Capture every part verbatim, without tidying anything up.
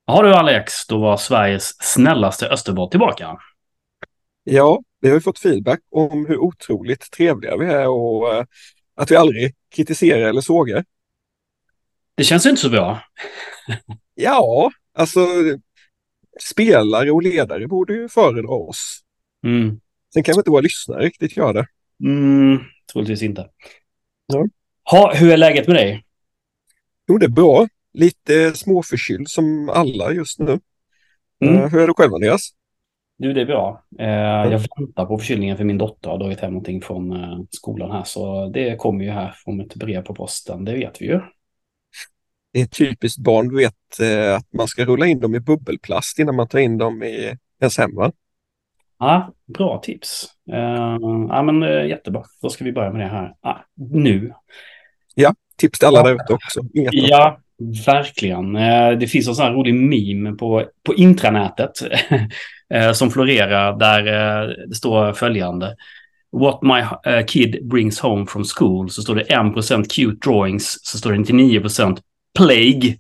Har du Alex, då var Sveriges snällaste Österbotten tillbaka. Ja, vi har ju fått feedback om hur otroligt trevliga vi är och eh, att vi aldrig kritiserar eller sågar. Det känns ju inte så bra. Ja, alltså spelare och ledare borde ju föredra oss. Mm. Sen kanske inte våra lyssnare riktigt gör det. Mm, troligtvis inte. Ja. Ha, hur är läget med dig? Jo, det är bra. Lite småförkyld som alla just nu. Mm. Eh, hur är det själv, Andreas? Du, det är bra. Eh, Ja. jag väntar på förkylningen för min dotter har dragit hem någonting från eh, skolan här. Så det kommer ju här från ett brev på posten, det vet vi ju. Det är ett typiskt barn, du vet eh, att man ska rulla in dem i bubbelplast innan man tar in dem i ens hem, va? Ja, bra tips. Eh, ja, men eh, jättebra. Då ska vi börja med det här. Ah, nu. Ja, tips till alla där ute också. Inget då. Ja, verkligen. Eh, Det finns en sån här rolig meme på, på intranätet eh, som florerar där eh, det står följande. What my eh, kid brings home from school. Så står det en procent cute drawings. Så står det nittionio procent plague.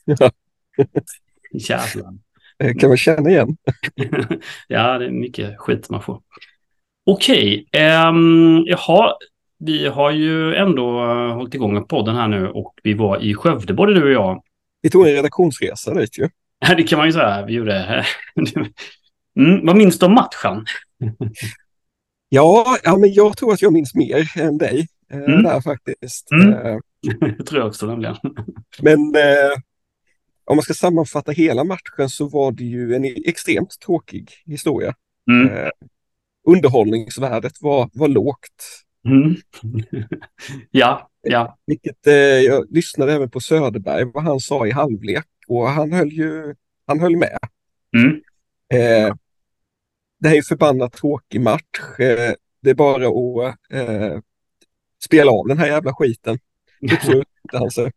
Jävlar. Eh, Kan man känna igen? Ja, det är mycket skit man får. Okej, ehm, jaha. Vi har ju ändå eh, hållit igång podden här nu och vi var i Skövde, både du och jag. Vi tog en redaktionsresa dit ju. Det kan man ju säga, vi gjorde. Mm, vad minns du om matchen? Ja, ja, men jag tror att jag minns mer än dig eh, Mm. där faktiskt. Mm. Eh, Det tror jag också nämligen. men eh, om man ska sammanfatta hela matchen så var det ju en extremt tråkig historia. Mm. Eh, underhållningsvärdet var, var lågt. Mm. Ja, ja. Vilket eh, jag lyssnade även på Söderberg, vad han sa i halvlek. Och han höll ju han höll med. Mm. Eh, det här är ju förbannat tråkig match. Eh, det är bara att eh, spela av den här jävla skiten. Typ så uttryckte han sig.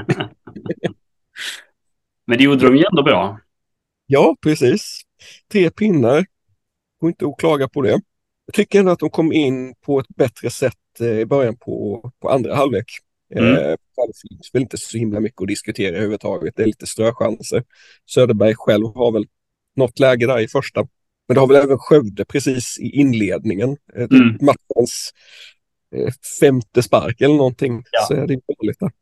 Men det gjorde de ju ändå bra. Ja, precis. Tre pinnar. Går inte att klaga på det. Jag tycker ändå att de kom in på ett bättre sätt eh, i början på, på andra halvlek. Mm. Eh, det finns väl inte så himla mycket att diskutera överhuvudtaget. Det är lite ströchanser. Söderberg själv har väl något läge där i första. Men det har väl även Skövde precis i inledningen. Eh, typ Mm. matchens eh, femte spark eller någonting. Ja. Så är det dåligt där.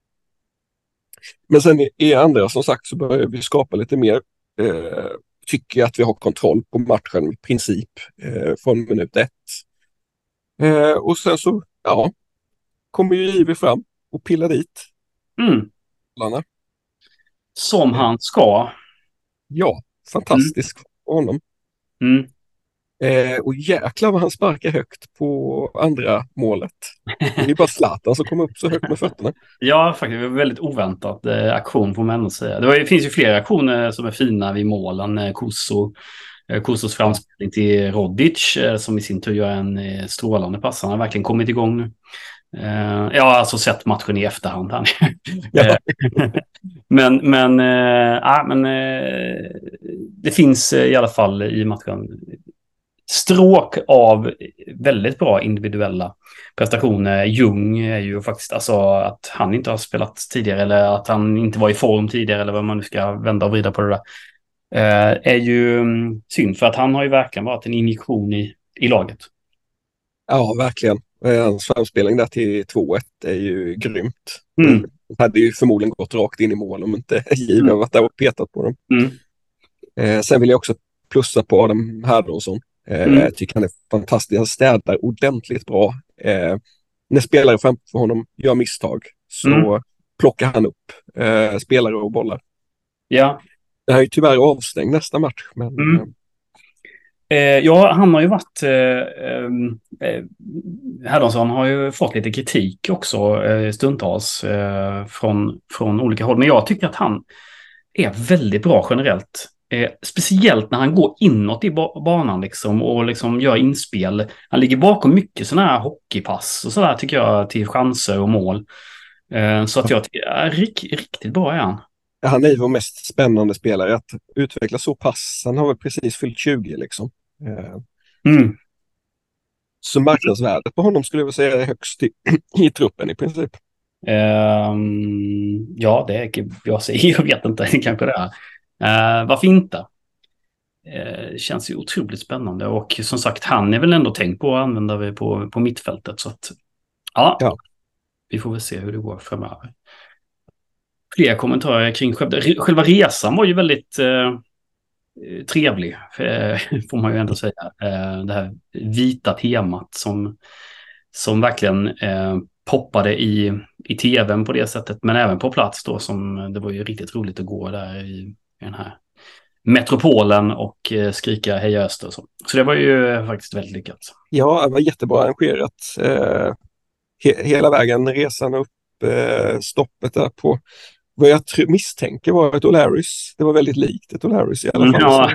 Men sen i, i andra som sagt så börjar vi skapa lite mer. Eh, tycker jag att vi har kontroll på matchen i princip eh, från minut ett. Eh, och sen så, ja, kommer ju Ivi fram och pillar dit Mm. bollarna. Som han ska. Ja, fantastiskt för honom. Mm. Eh, och jäklar vad han sparkar högt på andra målet. Det är bara Zlatan som kommer upp så högt med fötterna. Ja, faktiskt. Det var väldigt oväntat eh, aktion får man ändå säga. Det, var, det finns ju flera aktioner som är fina vid målen. Eh, Kusso, eh, Kussos framspelning till Rodic eh, som i sin tur gör en eh, strålande pass. Han har verkligen kommit igång nu. Eh, jag har alltså sett matchen i efterhand här. Ja. men men, eh, ja, men eh, det finns eh, i alla fall i matchen stråk av väldigt bra individuella prestationer. Jung är ju faktiskt alltså att han inte har spelat tidigare eller att han inte var i form tidigare eller vad man nu ska vända och vrida på det där. Eh, är ju mm, synd för att han har ju verkligen varit en injektion i, i laget. Ja, verkligen. Eh, Hans framspelning där till två ett är ju grymt. Mm. Det hade ju förmodligen gått rakt in i mål om inte Giv Mm. varit där och petat på dem. Mm. Eh, sen vill jag också plussa på Adam Herdonsson. Eh, Mm. Jag tycker han är fantastisk. Han städar ordentligt bra. Eh, när spelare framför honom gör misstag så Mm. plockar han upp eh, spelare och bollar. Ja. Det här är ju tyvärr avstängd nästa match. Men, Mm. eh, Eh, ja, han har ju varit... Eh, eh, Herdonsson har ju fått lite kritik också eh, stundtals eh, från, från olika håll. Men jag tycker att han är väldigt bra generellt. Eh, speciellt när han går inåt i ba- banan liksom, och liksom gör inspel. Han ligger bakom mycket sådana här hockeypass och sådär tycker jag till chanser och mål. Eh, så att jag tycker ja, rikt, riktigt bra är han. han är ju vår mest spännande spelare att utveckla så pass. Han har väl precis fyllt tjugo liksom. Eh, Mm. Så marknadsvärdet på honom skulle jag väl säga är högst i, i truppen i princip. Ehm, ja, det är jag säger, jag vet inte, kanske det är. Eh, varför inte? Eh, känns ju otroligt spännande. Och som sagt, han är väl ändå tänkt på att använda vi på, på mittfältet. Så att, ja, Ja. vi får väl se hur det går framöver. Fler kommentarer kring Skövde. Re- Själva resan var ju väldigt eh, trevlig, eh, får man ju ändå säga. Eh, det här vita temat som, som verkligen eh, poppade i, i tvn på det sättet, men även på plats då. Som, det var ju riktigt roligt att gå där i, i den här metropolen och eh, skrika heja öster och så. Så det var ju eh, faktiskt väldigt lyckat. Ja, det var jättebra arrangerat. Eh, he hela vägen, resan upp, eh, stoppet där på vad jag tr- misstänker var ett O'Larrys. Det var väldigt likt ett O'Larrys i alla fall. Ja,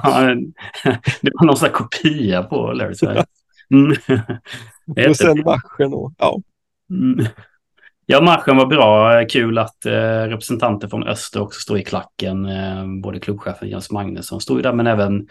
det var någon slags kopia på Larry Sverige. Mm. Och sen matchen och ja. Mm. Ja, matchen var bra. Kul att eh, representanter från Öster också står i klacken. Eh, både klubbchefen Jens Magnusson stod ju där, men även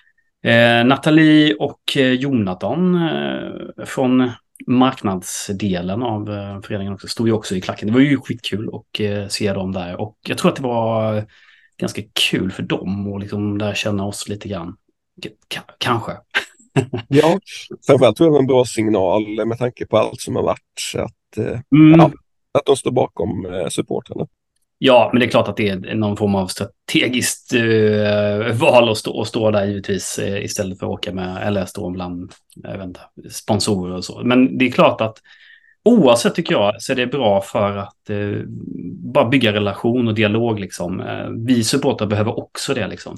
eh, Nathalie och eh, Jonathan eh, från marknadsdelen av eh, föreningen också stod ju också i klacken. Det var ju skitkul att eh, se dem där. Och jag tror att det var ganska kul för dem att liksom där känna oss lite grann. K- kanske. Ja, framförallt tror jag det var en bra signal med tanke på allt som har varit. Att, eh, Mm. ja, att de står bakom eh, supportrarna. Ja, men det är klart att det är någon form av strategiskt uh, val att stå, att stå där givetvis uh, istället för att åka med, eller stå bland jag vet inte, sponsorer och så. Men det är klart att oavsett tycker jag så är det bra för att uh, bara bygga relation och dialog liksom. Uh, vi supportrar behöver också det liksom.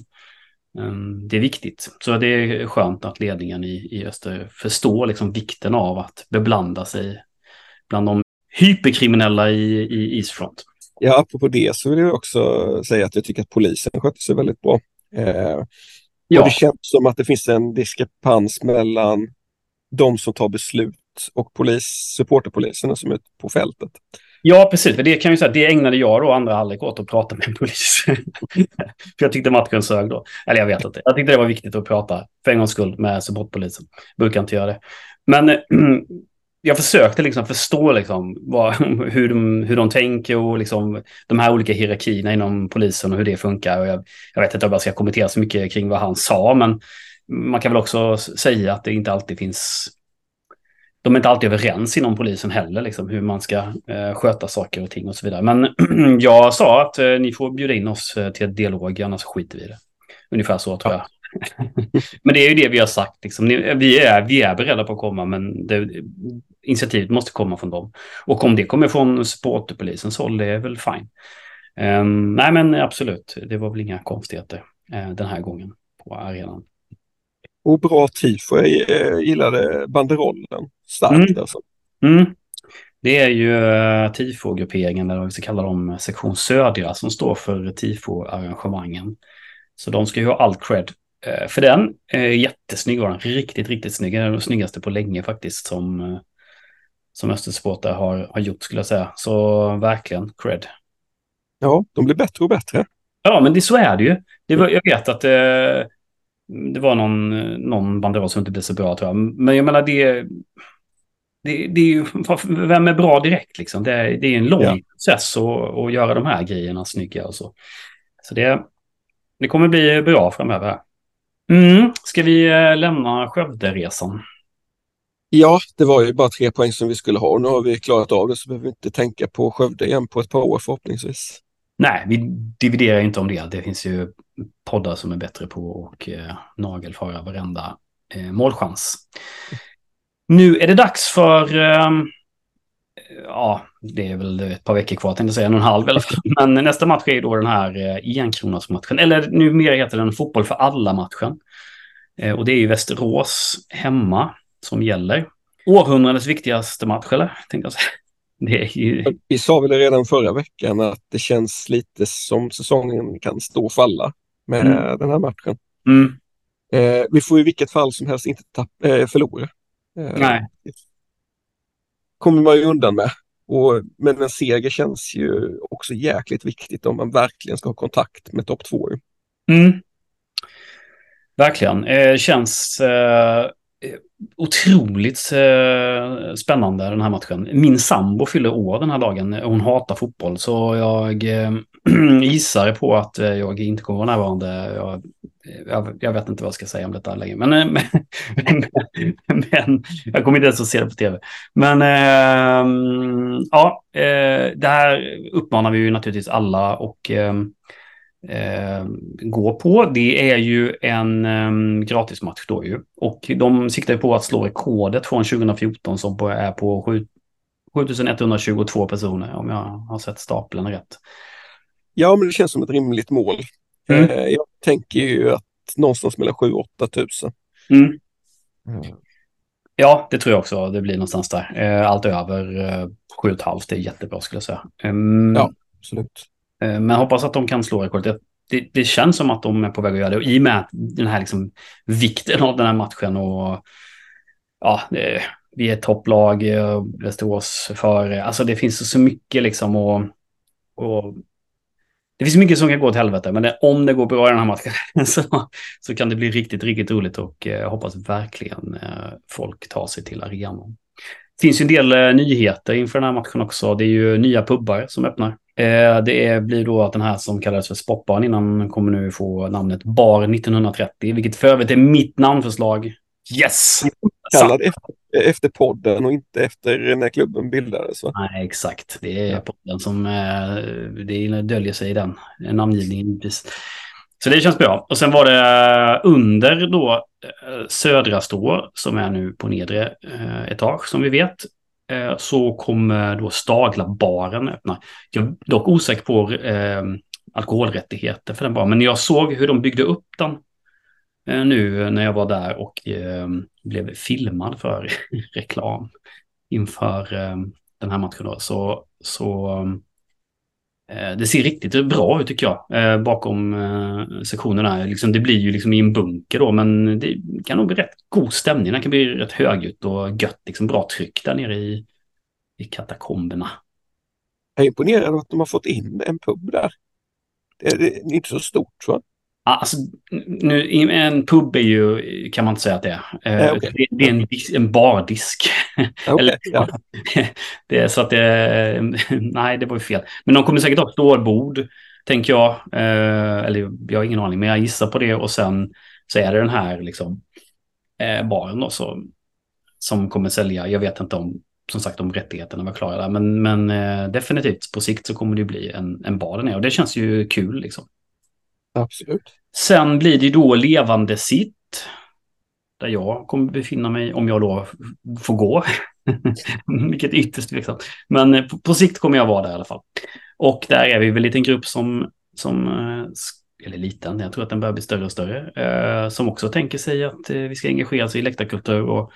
Um, det är viktigt. Så det är skönt att ledningen i, i Öster förstår liksom vikten av att beblanda sig bland de hyperkriminella i, i Eastfront. Ja, apropå det så vill jag också säga att jag tycker att polisen sköter sig väldigt bra. Eh, Ja. Och det känns som att det finns en diskrepans mellan de som tar beslut och polis, supporterpoliserna som är på fältet. Ja, precis. För det kan jag säga, det ägnade jag då andra halvlek åt att prata med en polis. För jag tyckte matchen sög då. Eller jag vet inte. Jag tyckte det var viktigt att prata för en gångs skull med supportpolisen. Brukar inte göra det. Men jag försökte liksom förstå liksom vad, hur, de, hur de tänker och liksom de här olika hierarkierna inom polisen och hur det funkar. Och jag, jag vet inte om jag ska kommentera så mycket kring vad han sa, men man kan väl också säga att det inte alltid finns... De är inte alltid överens inom polisen heller, liksom, hur man ska eh, sköta saker och ting och så vidare. Men jag sa att eh, ni får bjuda in oss eh, till ett dialog, annars skiter vi i det. Ungefär så tror jag. Men det är ju det vi har sagt. Liksom. Vi, är, vi är beredda på att komma, men det, initiativet måste komma från dem. Och om det kommer från supporterpolisens håll, det är väl fine. Um, nej, men absolut. Det var väl inga konstigheter uh, den här gången på arenan. Och bra tifo. Jag gillade banderollen. Starkt mm. alltså. Mm. Det är ju uh, tifo-grupperingen, eller vad vi ska kalla dem, sektion Södra, som står för tifo-arrangemangen. Så de ska ju ha all cred uh, för den. Uh, jättesnygg var den. Riktigt, riktigt snygg. Den är den snyggaste på länge faktiskt som, uh, som Östersporter har, har gjort, skulle jag säga. Så verkligen cred. Ja, de blir bättre och bättre. Ja, men det, så är det ju. Det var, jag vet att uh, det var någon, någon banderoll som inte blev så bra, tror jag. Men jag menar, det, det, det är ju... Vem är bra direkt, liksom? Det är, det är en lång ja. process att, att göra de här grejerna snygga och så. Så det, det kommer bli bra framöver. Mm. Ska vi lämna Skövderesan? Ja, det var ju bara tre poäng som vi skulle ha. Nu har vi klarat av det, så behöver vi inte tänka på Skövde igen på ett par år förhoppningsvis. Nej, vi dividerar inte om det. Det finns ju poddar som är bättre på att eh, nagelfara varenda eh, målchans. Nu är det dags för... Eh, ja, det är väl ett par veckor kvar, tänkte jag säga, en och en halv i alla fall. Men nästa match är då den här eh, enkronasmatchen. Eller numera heter den fotboll för alla-matchen. Eh, och det är ju Västerås hemma som gäller. Århundradets viktigaste match, eller? Tänkte jag säga. Det är ju... Vi sa väl redan förra veckan att det känns lite som säsongen kan stå och falla med mm. den här matchen. Mm. Eh, vi får i vilket fall som helst inte tapp- eh, förlora. Eh, Nej. Kommer man ju undan med. Och, men en seger känns ju också jäkligt viktigt om man verkligen ska ha kontakt med topp två. Mm. Verkligen. Eh, känns... Eh... otroligt eh, spännande den här matchen. Min sambo fyller år den här dagen. Hon hatar fotboll så jag eh, gissar på att eh, jag inte kommer vara närvarande. Jag, jag, jag vet inte vad jag ska säga om detta längre. Men, eh, men, men jag kommer inte ens att se det på tv. Men eh, ja, eh, det här uppmanar vi ju naturligtvis alla och eh, Eh, gå på. Det är ju en eh, gratismatch då ju. Och de siktar ju på att slå rekordet från tjugo fjorton som på, är på sju tusen etthundratjugotvå personer om jag har sett stapeln rätt. Ja, men det känns som ett rimligt mål. Mm. Eh, jag tänker ju att någonstans mellan sju åtta tusen. Mm. Mm. Ja, det tror jag också. Det blir någonstans där. Eh, allt över eh, sju och ett halvt är jättebra skulle jag säga. Um, Ja, absolut. eh, men hoppas att de kan slå rekordet. Det, det känns som att de är på väg att göra det. Och i och med den här liksom, vikten av den här matchen och ja, det, vi är ett topplag, Västerås för, alltså det finns så mycket liksom och, och det finns mycket som kan gå till helvete, men det, om det går bra i den här matchen så, så kan det bli riktigt, riktigt roligt och jag eh, hoppas verkligen eh, folk tar sig till arenan. Det finns ju en del eh, nyheter inför den här matchen också. Det är ju nya pubbar som öppnar. Eh, det är, blir då att den här som kallades för Sportbarn innan kommer nu få namnet Bar nittonhundratrettio, vilket för övrigt är mitt namnförslag. Yes! Kallad efter, efter podden och inte efter när klubben bildades, va? Nej, exakt. Det är Ja. podden som eh, det döljer sig i den namngivningen. Så det känns bra. Och sen var det under då eh, södra stå som är nu på nedre eh, etage som vi vet. Eh, så kommer då Stagla-baren öppna. Jag är dock osäker på eh, alkoholrättigheter för den baren. Men jag såg hur de byggde upp den eh, nu när jag var där och eh, blev filmad för reklam inför eh, den här matchen då. Så, så eh, det ser riktigt bra ut tycker jag. Eh, bakom eh, sektionerna. Liksom, det blir ju liksom i en bunker då. Men det kan nog bli rätt god stämning. Det kan bli rätt högljutt och gött. Liksom, bra tryck där nere i, i katakomberna. Jag är imponerad av att de har fått in en pub där. Det är, det är inte så stort, va? Alltså, nu, en pub är ju, kan man inte säga att det är. Eh, Eh, okay. det, det är en, en bardisk. Okay, Eller, ja. det är så att det, nej, det var ju fel. Men de kommer säkert ha ett stålbord, tänker jag. Eh, eller jag har ingen aning, men jag gissar på det. Och sen så är det den här liksom, eh, baren då, så, som kommer sälja. Jag vet inte om, som sagt, om rättigheterna var klara där. Men, men eh, definitivt på sikt så kommer det bli en, en bar där nere. Och det känns ju kul liksom. Absolut. Sen blir det då levande sitt. Där jag kommer befinna mig om jag då får gå. Vilket är ytterst tveksamt. Men på, på sikt kommer jag vara där i alla fall. Och där är vi väl en liten grupp som, som eller liten, jag tror att den börjar bli större och större. Eh, som också tänker sig att eh, vi ska engagera sig i läktarkultur. Och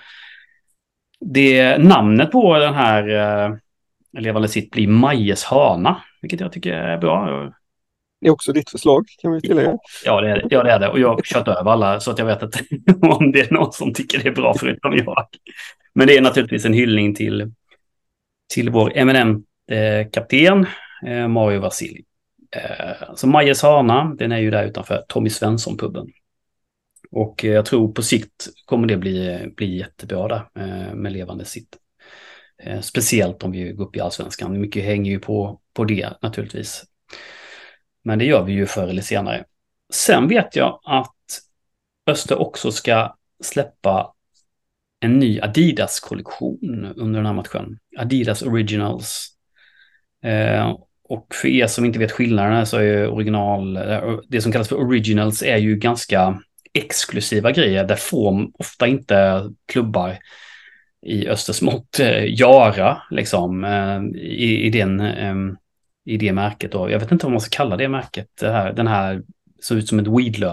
det, namnet på den här eh, levande sitt blir Majes hörna. Vilket jag tycker är bra. Det är också ditt förslag, kan vi tillägga. Ja, det är det. Ja, det är det. Och jag har kört över alla så att jag vet inte om det är någon som tycker det är bra förutom jag. Men det är naturligtvis en hyllning till, till vår eminent eh, kapten eh, Mario Vasili. Eh, så Majes hörna, den är ju där utanför Tommy Svensson-puben. Och eh, jag tror på sikt kommer det bli, bli jättebra där eh, med levande sitt. Eh, speciellt om vi går upp i allsvenskan. Mycket hänger ju på, på det naturligtvis. Men det gör vi ju förr eller senare. Sen vet jag att Öster också ska släppa en ny Adidas-kollektion under den här matchen. Adidas Originals. Eh, och för er som inte vet skillnaderna så är original, det som kallas för Originals är ju ganska exklusiva grejer. Där får ofta inte klubbar i Östers mått eh, göra liksom eh, i, i den... Eh, i det märket då. Jag vet inte vad man ska kalla det märket. Det här, den här ser ut som ett weedlöv.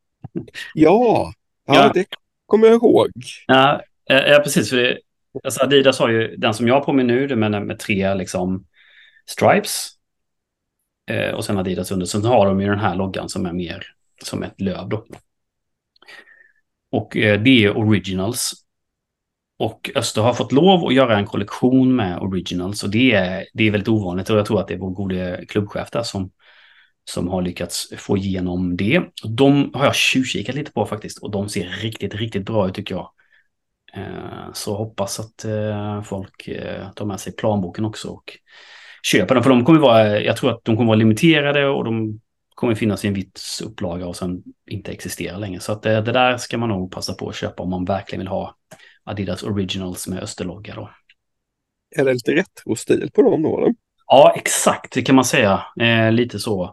Ja, ja, Ja. Det kommer jag ihåg. Ja, ja precis. För det, alltså Adidas har ju den som jag har på mig nu, det med, med tre liksom stripes. Eh, och sen Adidas under. Sen har de ju den här loggan som är mer som ett löv då. Och eh, det är originals. Och Öster har fått lov att göra en kollektion med originals. Och det är, det är väldigt ovanligt. Och jag tror att det är vår gode klubbchef där som, som har lyckats få igenom det. De har jag tjuvkikat lite på faktiskt. Och de ser riktigt, riktigt bra ut tycker jag. Eh, så hoppas att eh, folk eh, tar med sig planboken också och köper den. För de kommer vara, jag tror att de kommer vara limiterade och de kommer finnas i en viss upplaga och sen inte existera längre. Så att det, det där ska man nog passa på att köpa om man verkligen vill ha Adidas Originals med österlogga då. Är det lite retro-stil på dem då? Eller? Ja, exakt, det kan man säga. Eh, lite så.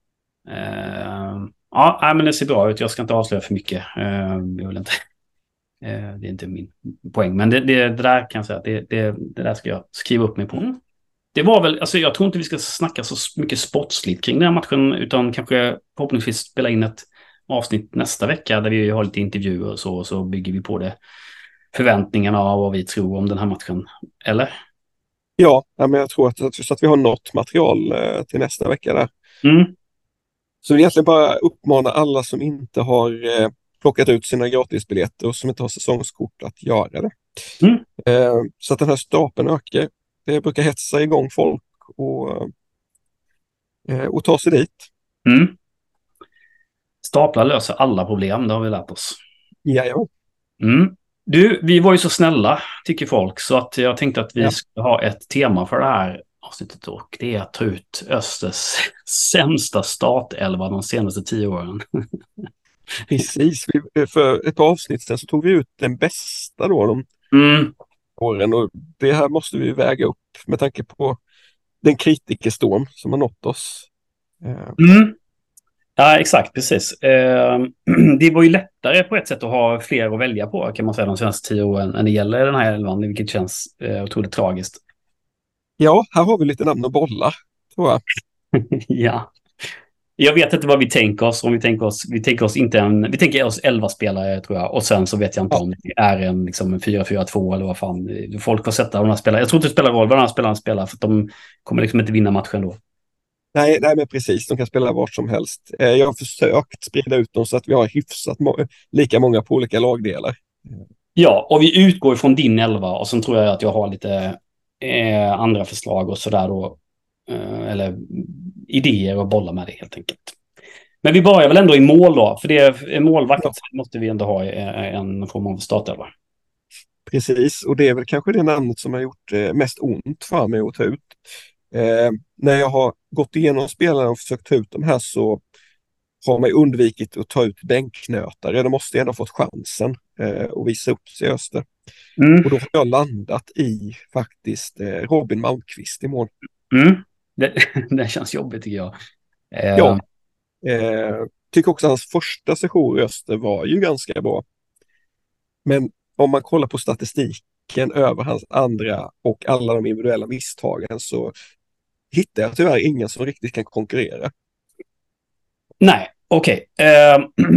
Eh, ja, nej, men det ser bra ut. Jag ska inte avslöja för mycket. Eh, jag vill inte. Eh, det är inte min poäng. Men det, det, det där kan jag säga. Det, det, det där ska jag skriva upp mig på. Mm. Det var väl, alltså jag tror inte vi ska snacka så mycket sportsligt kring den här matchen, utan kanske förhoppningsvis spela in ett avsnitt nästa vecka där vi har lite intervjuer och så, och så bygger vi på det. Förväntningarna av vad vi tror om den här matchen. Eller? Ja, men jag tror att, så att vi har något material eh, till nästa vecka där. Mm. Så egentligen bara uppmana alla som inte har eh, plockat ut sina gratisbiljetter och som inte har säsongskort att göra det. Mm. Eh, så att den här stapeln ökar. Det brukar hetsa igång folk och, eh, och ta sig dit. Mm. Staplar löser alla problem, det har vi lärt oss. Ja, ja. Mm. Du, vi var ju så snälla, tycker folk, så att jag tänkte att vi Ja. ska ha ett tema för det här avsnittet och det är att ta ut Östers sämsta startelva de senaste tio åren. Precis. Vi, för ett avsnitt sedan så tog vi ut den bästa då de Mm. åren och det här måste vi väga upp med tanke på den kritikerstorm som har nått oss. Eh, Mm. Ja, exakt, precis. Eh, det var ju lättare på ett sätt att ha fler att välja på, kan man säga, de senaste tio åren än det gäller den här elvan, vilket känns eh, otroligt tragiskt. ja, här har vi lite namn att bolla, tror jag. Ja. Jag vet inte vad vi tänker oss. Om vi tänker oss, vi tänker oss inte en, vi tänker oss elva spelare, tror jag. Och sen så vet jag inte Ja. om det är en, liksom en fyra fyra två eller vad fan. Folk får sätta de här spelarna. Jag tror inte det spelar roll vad de här spelarna spelar, för att de kommer liksom inte vinna matchen då. Nej, nej, men precis. De kan spela vart som helst. Eh, jag har försökt sprida ut dem så att vi har hyfsat må- lika många på olika lagdelar. Ja, och vi utgår från din elva och sen tror jag att jag har lite eh, andra förslag och sådär då. Eh, eller idéer och bolla med det helt enkelt. Men vi börjar väl ändå i mål då, för det är målvakt Ja. måste vi ändå ha eh, en form av startelva. Precis, och det är väl kanske det namnet som har gjort eh, mest ont för mig att ta ut. Eh, när jag har gått igenom spelarna och försökt ta ut de här så har man undvikit att ta ut bänknötare. De måste ändå ha fått chansen eh, att visa upp sig i Öster. Mm. Och då har jag landat i faktiskt eh, Robin Malmqvist i mål. Mm. Det, det känns jobbigt tycker jag. Eh, Ja, eh, tycker också hans första session i Öster var ju ganska bra. Men om man kollar på statistiken över hans andra och alla de individuella misstagen så hittar jag tyvärr ingen som riktigt kan konkurrera. Nej, okej. Okay. Eh,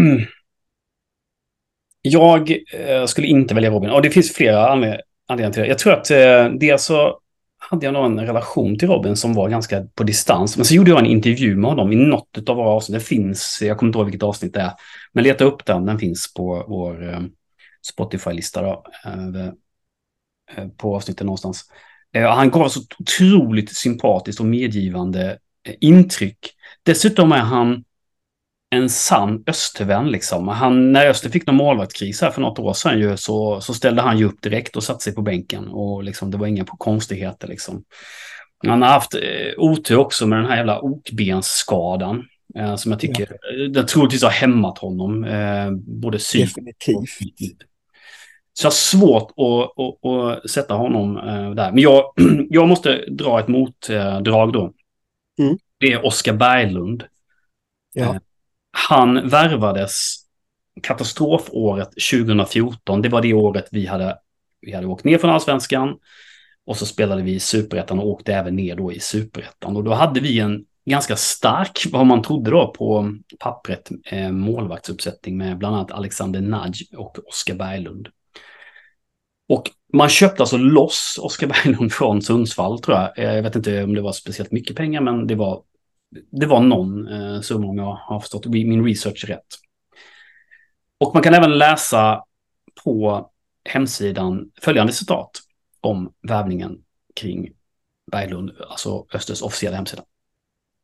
jag eh, skulle inte välja Robin. Och det finns flera anledningar till det. Jag tror att eh, dels så hade jag nog en relation till Robin som var ganska på distans. Men så gjorde jag en intervju med honom i något av våra avsnitt. Det finns, jag kommer inte ihåg vilket avsnitt det är. Men leta upp den, den finns på vår eh, Spotify-lista då. Eh, på avsnittet någonstans. Eh, han gav så otroligt sympatiskt och medgivande eh, intryck. Dessutom är han en sann Östervän liksom. Han, när Öster fick någon målvaktskris här för något år sedan ju, så, så ställde han ju upp direkt och satte sig på bänken. Och liksom, det var inga konstigheter liksom. Han har haft eh, otur också med den här jävla okbensskadan. Eh, som jag tycker, ja. Det troligtvis har hämmat honom. Eh, både psykiskt och fysiskt. Så jag har svårt att, att, att sätta honom eh, där. Men jag, jag måste dra ett motdrag då. Mm. Det är Oskar Berglund. Ja. Eh, han värvades katastrofåret tjugo fjorton. Det var det året vi hade, vi hade åkt ner från Allsvenskan. Och så spelade vi i Superettan och åkte även ner då i Superettan. Och då hade vi en ganska stark, vad man trodde då på pappret, eh, målvaktsuppsättning med bland annat Alexander Nagy och Oskar Berglund. Och man köpte alltså loss Oskar Berglund från Sundsvall, tror jag. Jag vet inte om det var speciellt mycket pengar, men det var, det var någon eh, summa om jag har förstått min research rätt. Och man kan även läsa på hemsidan följande citat om värvningen kring Berglund, alltså Östers officiella hemsida.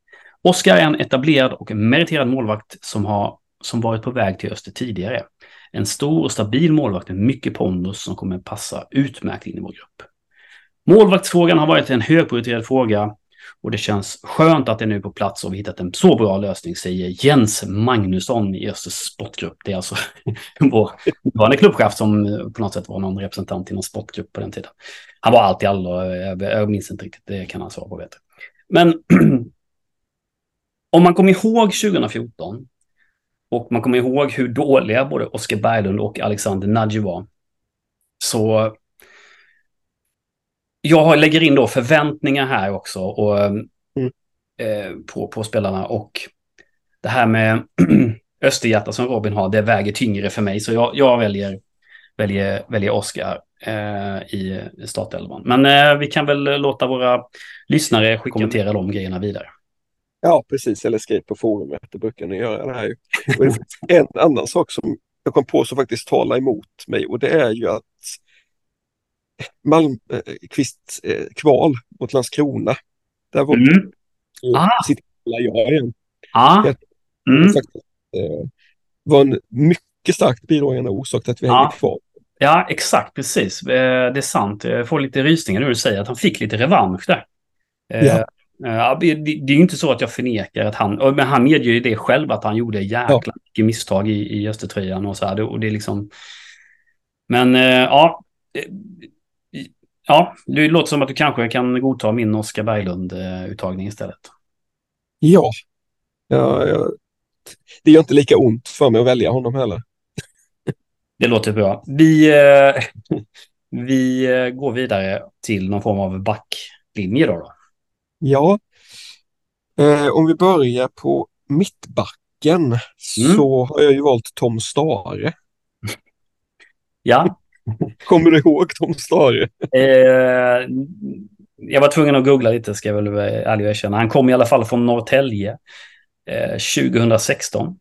Oskar är en etablerad och meriterad målvakt som har som varit på väg till Öster tidigare. En stor och stabil målvakt med mycket pondus som kommer passa utmärkt in i vår grupp. Målvaktsfrågan har varit en högprioriterad fråga och det känns skönt att det nu är på plats och vi hittat en så bra lösning, säger Jens Magnusson i Östers sportgrupp. Det är alltså vår nuvarande klubbchef som på något sätt var någon representant i någon sportgrupp på den tiden. Han var alltid alla, jag minns inte riktigt, det kan han svara på, vet du. Men om man kommer ihåg tjugo fjorton och man kommer ihåg hur dåliga både Oskar Berglund och Alexander Nagy var, så jag lägger in då förväntningar här också och, mm. eh, på, på spelarna, och det här med Österhjärta som Robin har, det väger tyngre för mig, så jag, jag väljer, väljer, väljer Oskar eh, i startelvan. Men eh, vi kan väl låta våra lyssnare kommentera de grejerna vidare. Ja, precis. Eller skriv på forumet. Det brukar ni göra det här ju. Och det är en annan sak som jag kom på som faktiskt talar emot mig, och det är ju att Malmqvist eh, kval mot Landskrona. Där var mm. ah. sitt jag igen. Ah. Jag, mm. faktiskt, eh, var en mycket starkt bidragande orsak till att vi ah. hängde kvar. Ja, exakt, precis. Det är sant. Jag får lite rysningar nu när du säger att han fick lite revansch där. Ja. Uh, det, det är ju inte så att jag förnekar att han, men han medger ju det själv att han gjorde jäkla ja. mycket misstag i, i Östertröjan och så här. Och det är liksom, men uh, ja, ja, det låter som att du kanske kan godta min Oskar Berglund-uttagning istället. Ja. ja, ja. Det gör inte lika ont för mig att välja honom heller. Det låter bra. Vi, uh, vi uh, går vidare till någon form av backlinje då. då. Ja, eh, om vi börjar på mittbacken mm. så har jag ju valt Tom Stare. Ja. Kommer du ihåg Tom Stare? Eh, jag var tvungen att googla lite, ska jag väl ärligt erkänna. Han kom i alla fall från Norrtälje eh, tjugo sexton.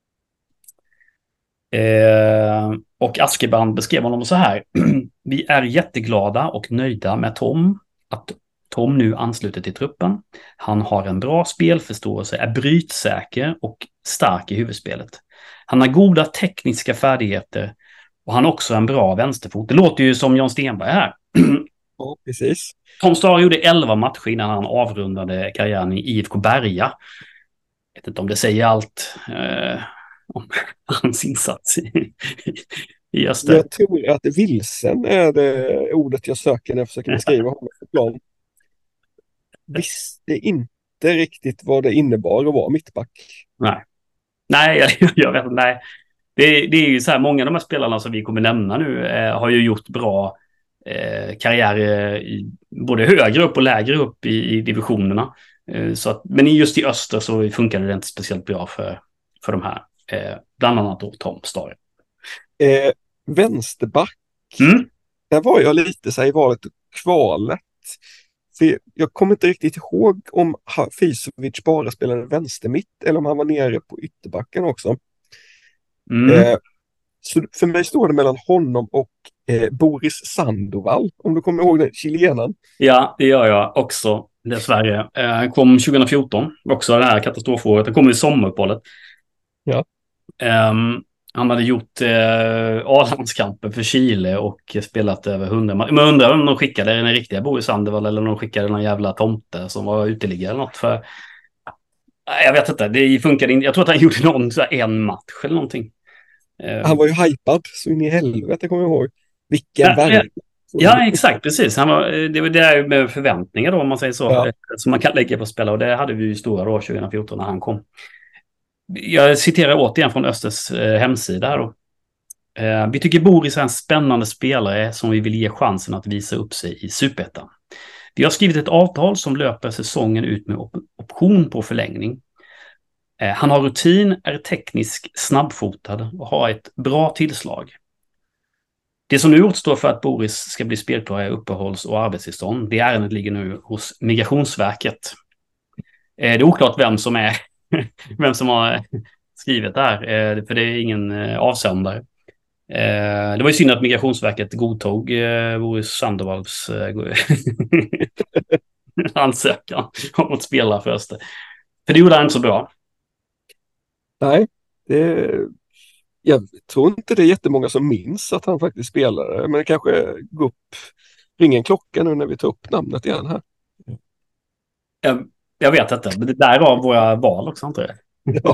Eh, och Askeband beskrev honom så här. Vi är jätteglada och nöjda med Tom, att Tom nu ansluter till truppen. Han har en bra spelförståelse, är brytsäker och stark i huvudspelet. Han har goda tekniska färdigheter och han har också en bra vänsterfot. Det låter ju som John Stenberg här. Ja, precis. Tom Stare gjorde elva matcher innan han avrundade karriären i I F K Berga. Jag vet inte om det säger allt eh, om hans insats i, i Öster. Jag tror att vilsen är det ordet jag söker när jag försöker beskriva honom på plan. Visste inte riktigt vad det innebar att vara mittback. Nej, nej jag, jag vet inte. Nej. Det, det är ju så här, många av de här spelarna som vi kommer nämna nu eh, har ju gjort bra eh, karriärer i, både högre upp och lägre upp i, i divisionerna. Eh, så att, men just i Öster så funkade det inte speciellt bra för, för de här. Eh, bland annat då Tom Stare. Eh, vänsterback. Mm. Där var jag lite så här i valet och kvalet. För jag kommer inte riktigt ihåg om Fisovic bara spelade vänstermitt eller om han var nere på ytterbacken också. Mm. Eh, så för mig står det mellan honom och eh, Boris Sandoval, om du kommer ihåg den, chilenaren. Ja, det gör jag också, dessvärre. Eh, han kom tjugo fjorton, också det här katastrofåret. Han kom i sommaruppehållet. Ja. Um, han hade gjort eh, A-landskampen för Chile och spelat över hundra matcher. Men undrar om de skickade den riktiga Boris Sandoval eller om de skickade någon jävla tomte som var uteliggare eller något. För jag vet inte, det funkade inte. Jag tror att han gjorde någon så här en match eller någonting. Han var ju hypad så in i helvete, kommer jag ihåg. Vilken ja, värld. Ja, exakt, precis. Han var, det var det där med förväntningar då, om man säger så. Ja. Som man kan lägga på spelare, och det hade vi ju stora då tjugo fjorton när han kom. Jag citerar återigen från Östers eh, hemsida här då. Eh, vi tycker Boris är en spännande spelare som vi vill ge chansen att visa upp sig i Superettan. Vi har skrivit ett avtal som löper säsongen ut med op- option på förlängning. Eh, han har rutin, är teknisk, snabbfotad och har ett bra tillslag. Det som nu återstår för att Boris ska bli spelklar är uppehålls- och arbetstillstånd. Det ärendet ligger nu hos Migrationsverket. Eh, det är oklart vem som är vem som har skrivit det här, eh, för det är ingen eh, avsändare. Eh, det var ju synd att Migrationsverket godtog eh, Boris Sandovals eh, ansökan om att spela för Öster. För det gjorde han inte så bra. Nej, det, Jag tror inte det är jättemånga som minns att han faktiskt spelade, men det kanske går upp, ringer en klocka nu när vi tar upp namnet igen här. Jag, jag vet inte, men det där var våra val också, inte det? Ja.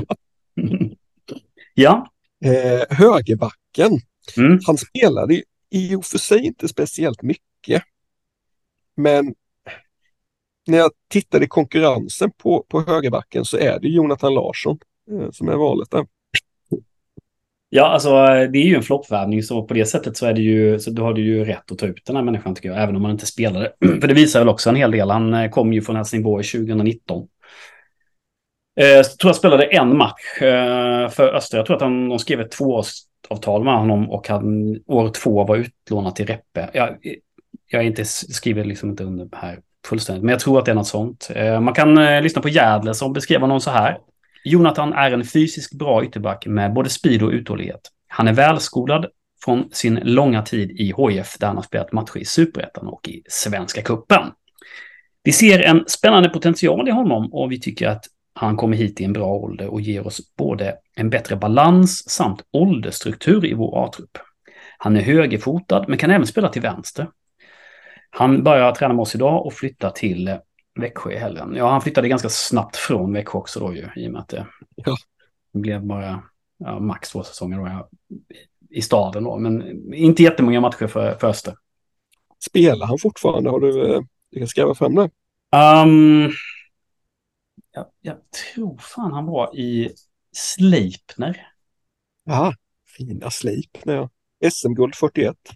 Ja. Eh, högerbacken. Mm. Han spelade i och för sig inte speciellt mycket. Men när jag tittade i konkurrensen på, på högerbacken så är det Jonathan Larsson eh, som är valet där. Ja, alltså det är ju en floppvärvning, så på det sättet så är det ju, så då har du ju rätt att ta ut den här människan, tycker jag, även om man inte spelade. För det visar väl också en hel del. Han kom ju från Helsingborg tjugonitton. Eh, jag tror jag spelade en match eh, för Öster. Jag tror att han, de skrev ett tvåårsavtal med honom och han år två var utlånad till Reppe. Jag, jag är inte, skriver liksom inte under här fullständigt, men jag tror att det är något sånt. Eh, man kan eh, lyssna på Jädler som beskrev honom så här. Jonathan är en fysiskt bra ytterback med både speed och uthållighet. Han är välskolad från sin långa tid i H I F där han har spelat matcher i Superettan och i Svenska cupen. Vi ser en spännande potential i honom och vi tycker att han kommer hit i en bra ålder och ger oss både en bättre balans samt åldersstruktur i vår A-trupp. Han är högerfotad men kan även spela till vänster. Han börjar träna med oss idag och flyttar till Växjö i helgen. Ja, han flyttade ganska snabbt från Växjö också då ju, i och med att det Ja. blev bara ja, max två säsonger då, ja, i staden då. Men inte jättemånga matcher för, för Öster. Spelar han fortfarande? Har du, du kan skriva fram det? Um, jag, jag tror fan han var i Sleipner. Ja, fina Sleipner. Ja. S M-guld fyrtioett.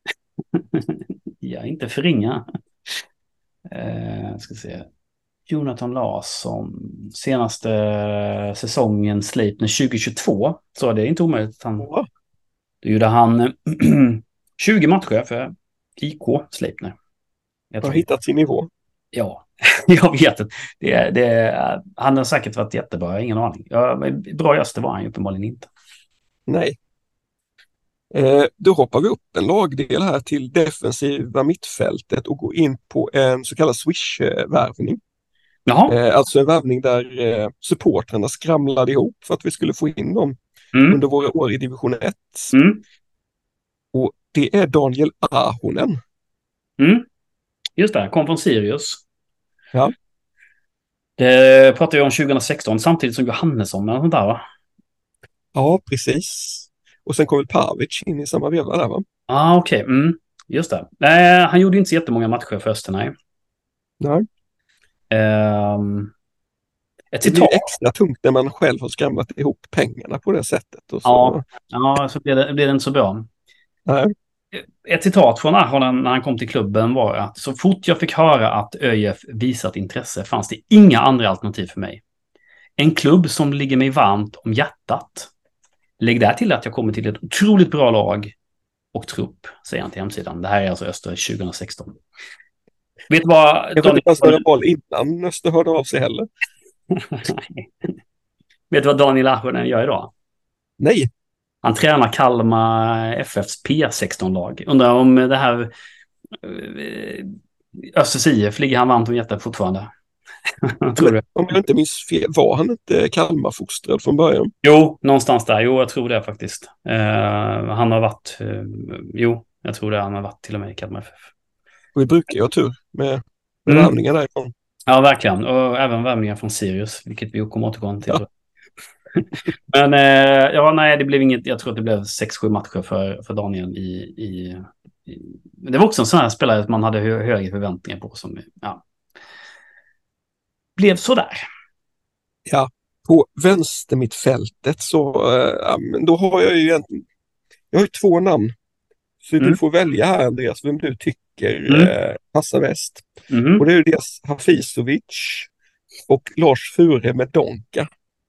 Ja, inte förringa. Eh, ska se. Jonathan Larsson, senaste säsongen Sleipner tjugohundratjugotvå. Så det är inte omöjligt att han... Ja. Då gjorde han tjugo matcher för I K Sleipner. Har hittat sin nivå. Ja, jag vet inte. Det, det, han har säkert varit jättebra, jag har ingen aning. Ja, bra i Öster var han ju uppenbarligen inte. Nej. Eh, då hoppar vi upp en lagdel här till defensiva mittfältet och går in på en så kallad swish-värvning. Jaha. Eh, alltså en värvning där eh, supportrarna skramlade ihop för att vi skulle få in dem Mm. under våra år i division ett. Mm. Och det är Daniel Ahonen. Mm. Just det, kom från Sirius. Ja. Det pratade jag om tjugohundrasexton, samtidigt som Johannesson eller sånt där, va? Ja, precis. Och sen kom väl Pavic in i samma veva där, va? Ja, ah, okej. Okay. Mm. Just det. Nej, han gjorde inte så jättemånga matcher för Öster, nej. Nej. Um, ett det citat. blir extra tungt när man själv har skramlat ihop pengarna på det sättet. Och så... Ja, ja, så blir det, blir det inte så bra. Nej. Ett citat från Ahonen när han kom till klubben var att så fort jag fick höra att ÖIF visat intresse fanns det inga andra alternativ för mig. En klubb som ligger mig varmt om hjärtat. Lägg där till att jag kommer till ett otroligt bra lag och trupp, säger han till hemsidan. Det här är alltså Öster tjugohundrasexton. Vet du vad... Jag vet inte vad som var val innan Öster hörde av sig heller. Vet du vad Daniel Ahonen gör idag? Nej. Han tränar Kalmar F F:s P sexton-lag. Undrar om det här Östers I F ligger han varmt om hjärtat fortfarande. Jag tror det. Om jag inte minns fel, var han inte Kalmar-fostrad från början? Jo, någonstans där. Jo, jag tror det faktiskt. Uh, han har varit... Uh, jo, jag tror det. Han har varit till och med i Kalmar F F. Och vi brukar ju ha tur med, med mm. värvningar därifrån. Ja, verkligen. Och även värvningar från Sirius, vilket vi kommer återgå till. Ja. Men uh, ja, nej, det blev inget... Jag tror att det blev sex sju matcher för, för Daniel i... i, i det var också en sån här spelare att man hade hö, högre förväntningar på som... Ja, blev så där. Ja, på vänstermittfältet så äh, då har jag ju egentligen jag har ju två namn. Så mm. du får välja här, Andreas, vem du tycker mm. äh, passar bäst. Mm. Och det är ju dels Hafizovic och Lars Fure med Donka.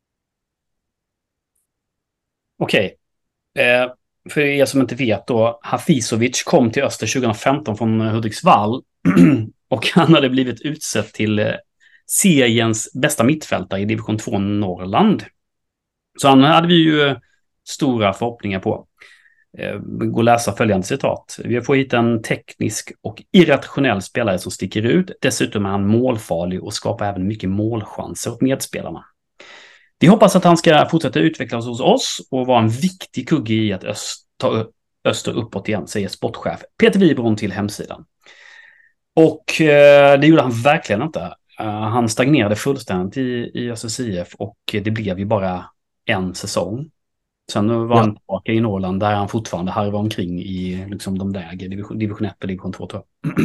Okej. Okay. Eh, för er som inte vet då, Hafizovic kom till Öster tjugohundrafemton från Hudiksvall och han hade blivit utsedd till eh, seriens bästa mittfältare i division två Norrland. Så han hade vi ju stora förhoppningar på. Eh, gå och läsa följande citat. Vi får hit en teknisk och irrationell spelare som sticker ut. Dessutom är han målfarlig och skapar även mycket målchanser åt medspelarna. Vi hoppas att han ska fortsätta utvecklas hos oss och vara en viktig kugge i att öst, ta öster uppåt igen, säger sportchef Peter Wibron till hemsidan. Och eh, det gjorde han verkligen inte. Uh, han stagnerade fullständigt i, i Östers I F och det blev ju bara en säsong. Sen var ja. han tillbaka i Norrland där han fortfarande harvar omkring i liksom, de lägre division, division ett och division två, tror jag.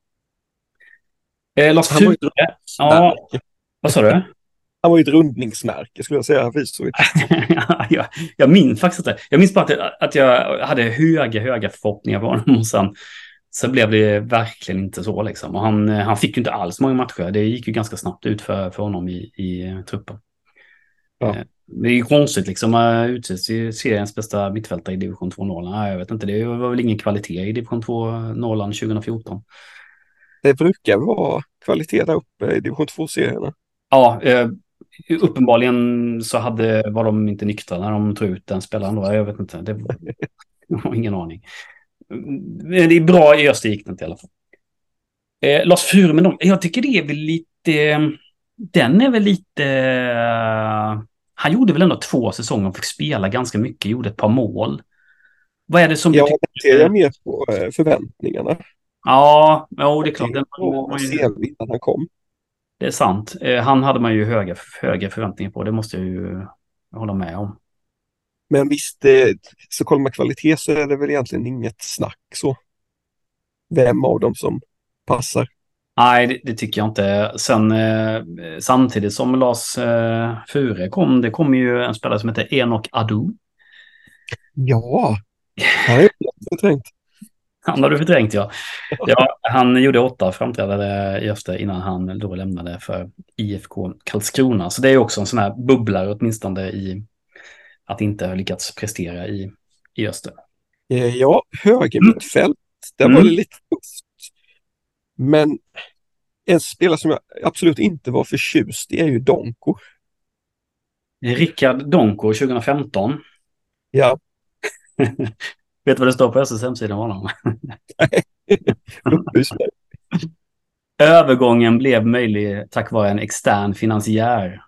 eh, Lars Fure. Ja, vad sa du? Han var ju ett rundningsmärke, skulle jag säga. jag, jag minns faktiskt inte. Jag minns bara att, att jag hade höga, höga förhoppningar på honom. Och sen, så blev det verkligen inte så. Liksom. Och han, han fick ju inte alls många matcher. Det gick ju ganska snabbt ut för, för honom i, i truppen. Ja. Det är ju konstigt liksom. Utses till seriens bästa mittfältare i division två Norrland. Jag vet inte, det var väl ingen kvalitet i division två Norrland tjugo fjorton. Det brukar vara kvalitet där uppe i division två-serierna. Ja, eh, uppenbarligen så hade, var de inte nyktra när de tog ut den spelaren då. Jag vet inte, det var, jag har ingen aning. Men det är bra i Östergikten i alla fall. Eh, Lars Fure, men de, jag tycker det är väl lite, den är väl lite, uh, han gjorde väl ändå två säsonger och fick spela ganska mycket, gjorde ett par mål. Vad är det som... Ja, det ser jag mer på uh, förväntningarna. Ja, ja, det är klart. Den, och se innan han kom. Det är sant. Eh, han hade man ju höga, höga förväntningar på. Det måste jag ju hålla med om. Men visst, eh, så kollar man kvalitet så är det väl egentligen inget snack så. Vem av dem som passar? Nej, det, det tycker jag inte. Sen eh, samtidigt som Lars eh, Fure kom, det kom ju en spelare som heter Enoch Adu. Ja, det har jag förträngt. Han har du förträngt, ja. ja. Han gjorde åtta framträdande i Öster innan han då lämnade för I F K Karlskrona. Så det är också en sån här bubblare åtminstone i att inte ha lyckats prestera i, i Öster. Ja, höger mittfält. Där mm. var det lite tufft. Men en spelare som jag absolut inte var förtjust i är ju Donko. Rickard Donko tjugo femton. Ja. Vet du vad det står på S S hemsidan om honom? Övergången blev möjlig tack vare en extern finansiär.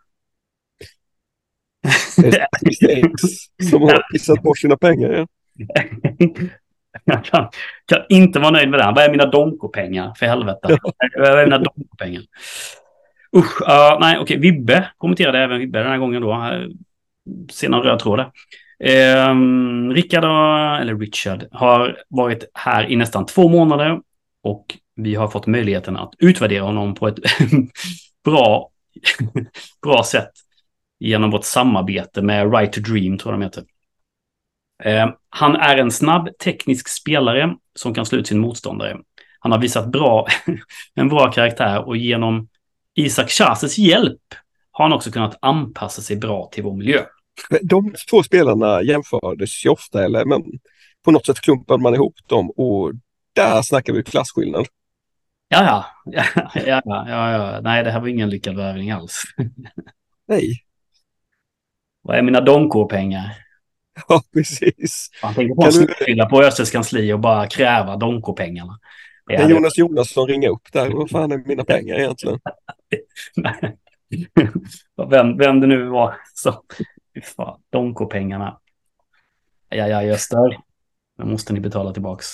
Som har pissat bort sina pengar. Ja. Jag kan, kan inte vara nöjd med det. Vad är mina Donko-pengar? För helvete. Vad är mina Donko-pengar? Usch, uh, nej, okej. Okay. Vibbe kommenterade även Vibbe den här gången då. Ser någon röd tråd där. Eh, Rickard, eller Richard, har varit här i nästan två månader och vi har fått möjligheten att utvärdera honom på ett bra, bra sätt genom vårt samarbete med Right to Dream, tror jag de heter. Eh, han är en snabb teknisk spelare som kan slå ut sin motståndare. Han har visat bra, en bra karaktär och genom Isak Chases hjälp har han också kunnat anpassa sig bra till vår miljö. De två spelarna jämfördes ju ofta, eller men på något sätt klumpade man ihop dem och där snackar vi klasskillnad. Ja, ja, ja, ja, ja, ja. Nej, det här var ingen lyckad värvning alls. Nej. Vad är mina Donko-pengar? Ja, precis. Man tänker på att snuffylla på Östers kansli och bara kräva Donko-pengarna. Kan Jonas Jonasson ringa upp där? Vad fan är mina pengar egentligen? Nej. vem, vem det nu var så... Fan, Donko-pengarna. Ja, ja, Öster. Nu måste ni betala tillbaks.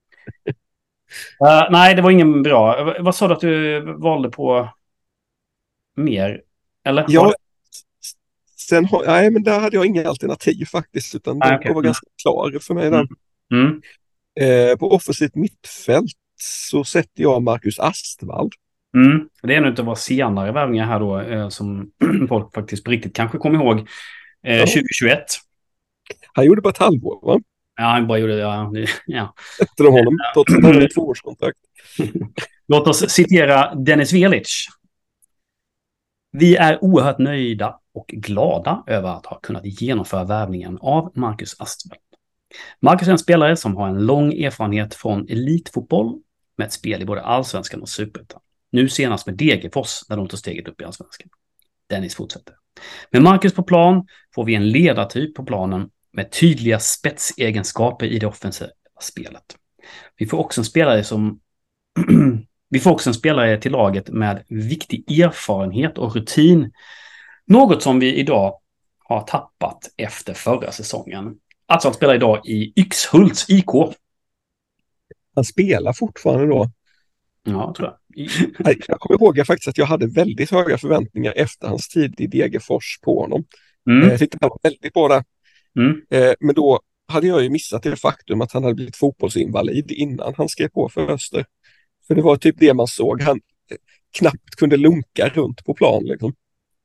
uh, nej, det var ingen bra. Vad sa du att du valde på mer? Eller? Ja, sen har, nej, men där hade jag inga alternativ faktiskt. Utan ah, okay. Det var ganska klar för mig. Där. Mm. Mm. Eh, på offensivt mittfält så sätter jag Marcus Astvald. Mm. Det är en av våra senare värvningar här då eh, som folk faktiskt på riktigt kanske kommer ihåg. Eh, ja. tjugo tjugoett. Han gjorde bara ett halvår, va? Ja, han bara gjorde det. Ja. ja. Efter honom, trots att han hade två års kontrakt. Låt oss citera Dennis Velic. Vi är oerhört nöjda och glada över att ha kunnat genomföra värvningen av Marcus Astvald. Marcus är en spelare som har en lång erfarenhet från elitfotboll med ett spel i både allsvenskan och superettan. Nu senast med Degerfors när de tog steget upp i allsvenskan. Dennis fortsätter. Med Marcus på plan får vi en ledartyp på planen med tydliga spetsegenskaper i det offensiva spelet. Vi får också en spelare som vi får också en spelare till laget med viktig erfarenhet och rutin. Något som vi idag har tappat efter förra säsongen. Alltså han spelar idag i Yxhults I K. Han spelar fortfarande då. Ja, tror jag. Jag kommer ihåg faktiskt att jag hade väldigt höga förväntningar efter hans tid i Degerfors på honom. Mm. Jag tyckte han var väldigt bra där. Mm. Men då hade jag ju missat det faktum att han hade blivit fotbollsinvalid innan han skrev på för Öster. För det var typ det man såg. Han knappt kunde lunka runt på plan liksom.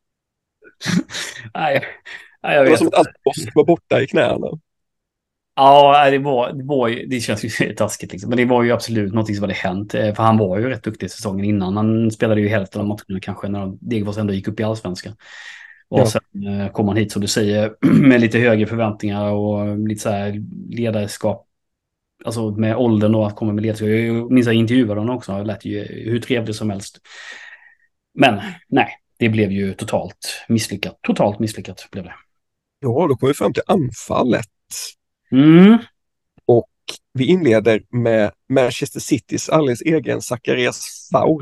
Nej, nej, jag vet. Det var som att allt var borta i knäna. Ja, det var, det var ju, det känns ju taskigt liksom. Men det var ju absolut något som hade hänt. För han var ju rätt duktig säsongen innan. Han spelade ju hälften av matcherna kanske när Degerfors ändå gick upp i allsvenskan. Och ja. Sen eh, kom han hit, som du säger, med lite högre förväntningar och lite så här ledarskap. Alltså med åldern och att komma med ledarskap. Jag minns att jag intervjuade honom också. Det lät ju hur trevligt som helst. Men nej, det blev ju totalt misslyckat. Totalt misslyckat blev det. Ja, då kom vi fram till anfallet. Mm. Och vi inleder med Manchester Citys alldeles egen Zacharias Faur.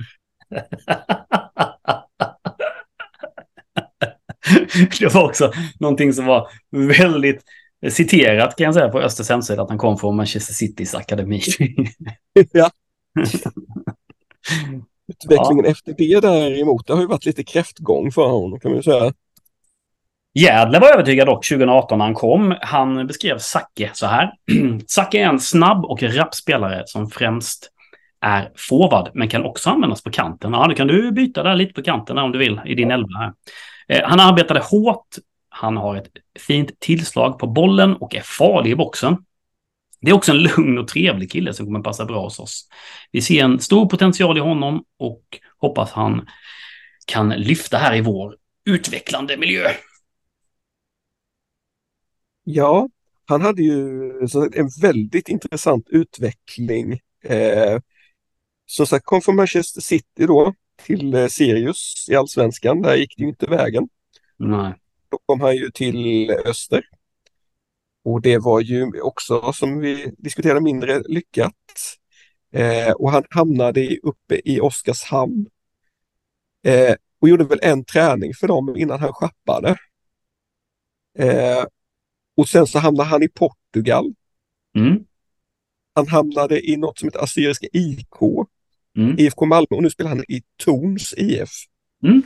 Det var också någonting som var väldigt citerat kan jag säga på Östers hemsida, att han kom från Manchester Citys akademi. Ja. Utvecklingen ja. Efter det däremot, det har ju varit lite kräftgång för honom kan man ju säga. Jädler var övertygad dock tjugo arton när han kom. Han beskrev Zacke så här. Zacke är en snabb och rapp spelare som främst är forward, men kan också användas på kanten. Ja, då kan du byta där lite på kanten om du vill i din elva här. Eh, han arbetade hårt. Han har ett fint tillslag på bollen och är farlig i boxen. Det är också en lugn och trevlig kille som kommer passa bra hos oss. Vi ser en stor potential i honom och hoppas han kan lyfta här i vår utvecklande miljö. Ja, han hade ju en väldigt intressant utveckling. Eh, som sagt, kom från Manchester City då till eh, Sirius i Allsvenskan. Där gick det ju inte vägen. Nej. Då kom han ju till Öster. Och det var ju också, som vi diskuterade, mindre lyckat. Eh, och han hamnade uppe i Oskarshamn. Eh, och gjorde väl en träning för dem innan han schappade. Eh, och sen så hamnade han i Portugal. Mm. Han hamnade i något som heter Assyriska I K. Mm. I F K Malmö, och nu spelar han i Torns I F. Mm.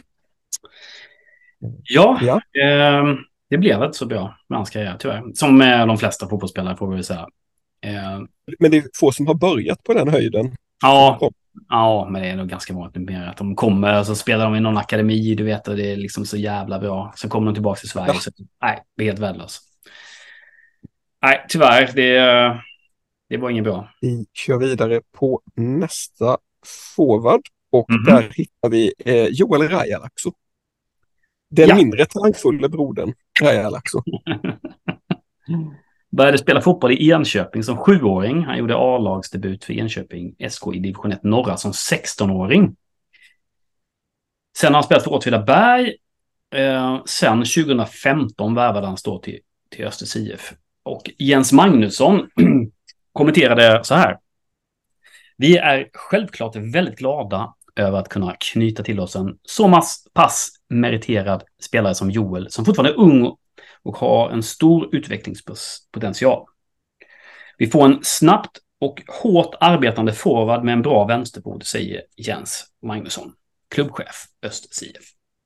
Ja, ja. Eh, det blev inte så bra med hans karriär tyvärr. Som med de flesta fotbollsspelare får vi säga. Eh, men det är få som har börjat på den höjden. Ja, ja, men det är nog ganska vanligt mer att de kommer och så spelar de i någon akademi, du vet, och det är liksom så jävla bra. Sen kommer de tillbaka till Sverige. Ja. Så, nej, det är helt värdelöst. Nej, tyvärr, det, det var inget bra. Vi kör vidare på nästa forward och mm-hmm. där hittar vi eh, Joel Rajalaxo. Den ja. mindre talangfulla brodern Rajalaxo. Började spela fotboll i Enköping som sjuåring. Han gjorde A-lagsdebut för Enköping S K i division ett norra som sexton-åring. Sen har han spelat för Åtvidaberg. Eh, sen tjugo femton värvade han stå till, till Östers I F. Och Jens Magnusson kommenterade så här. Vi är självklart väldigt glada över att kunna knyta till oss en så pass meriterad spelare som Joel, som fortfarande är ung och har en stor utvecklingspotential. Vi får en snabbt och hårt arbetande forward med en bra vänsterbord, säger Jens Magnusson, klubbchef Östers I F.